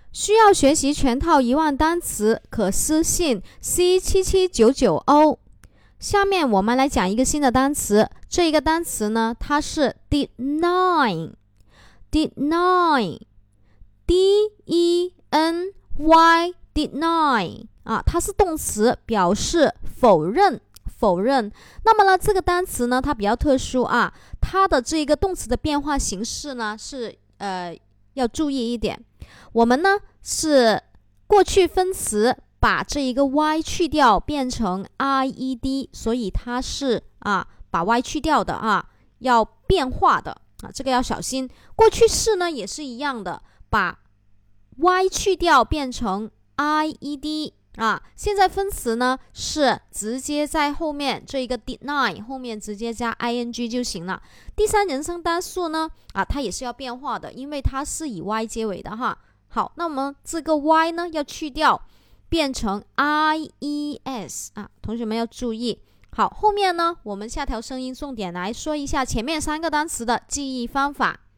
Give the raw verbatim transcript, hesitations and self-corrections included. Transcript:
需要学习全套一万单词，可私信 C 七七九九 O。下面我们来讲一个新的单词，这一个单词呢，它是 deny，deny，D E N Y，deny 啊，它是动词，表示否认。否认。那么呢，这个单词呢，它比较特殊啊，它的这个动词的变化形式呢是呃要注意一点。我们呢是过去分词把这一个 y 去掉，变成 ied， 所以它是啊把 y 去掉的啊，要变化的啊，这个要小心。过去式呢也是一样的，把 y 去掉变成 ied。啊，现在分词呢是直接在后面这一个 deny 后面直接加 ing 就行了。第三人称单数呢，啊，它也是要变化的，因为它是以 y 结尾的哈。好，那么这个 y 呢要去掉，变成 ies 啊，同学们要注意。好，后面呢，我们下条声音重点来说一下前面三个单词的记忆方法。